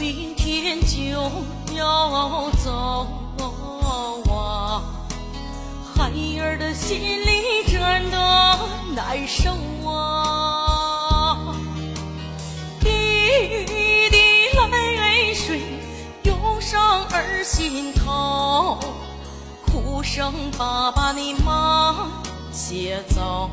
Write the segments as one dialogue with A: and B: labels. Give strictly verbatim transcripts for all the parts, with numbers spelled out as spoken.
A: 明天就要走啊，孩儿的心里真的难受啊，滴滴泪水涌上儿心头，哭声爸爸你慢些走，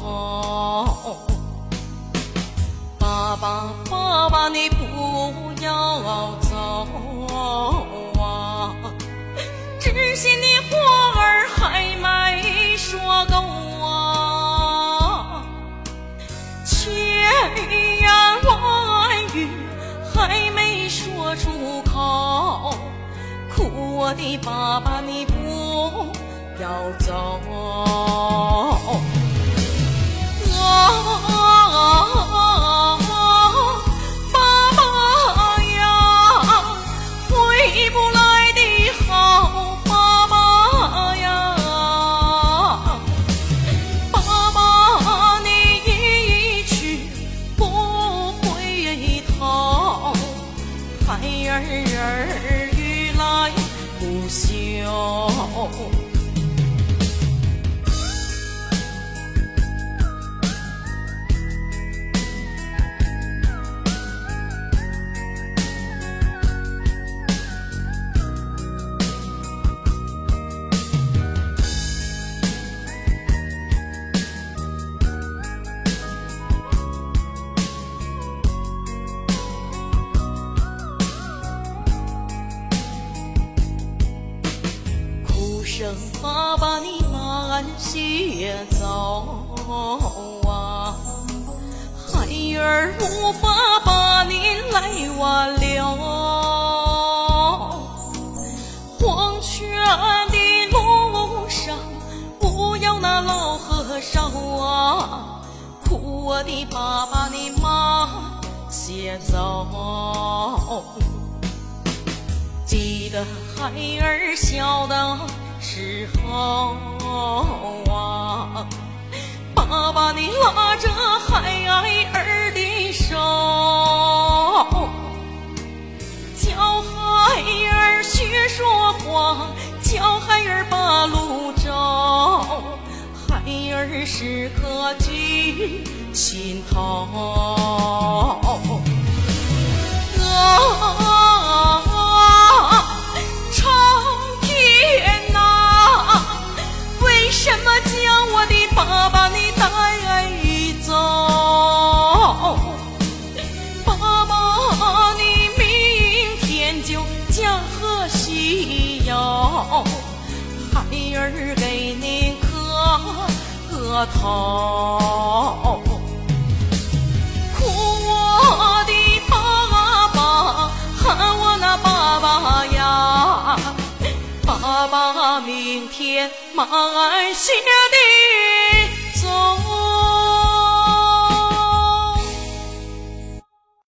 A: 爸爸爸爸你不要走啊，知心的话儿还没说够啊，千言万语还没说出口，哭我的爸爸你不要走啊，爸爸呀，回不来的好爸爸呀，爸爸你一去不回头，孩儿愈来不休。爸爸你慢些走啊，孩儿无法把您来挽留，黄泉的路上不要那老和尚啊，哭我的爸爸你慢些走，记得孩儿小的时候啊，爸爸你拉着孩儿的手，教孩儿学说话，教孩儿把路走，孩儿时刻记心头啊，为什么将我的爸爸你带走？爸爸你明天就驾鹤西游，孩儿给您磕个头，哭我的爸爸，喊我那爸爸呀，爸爸明天慢些地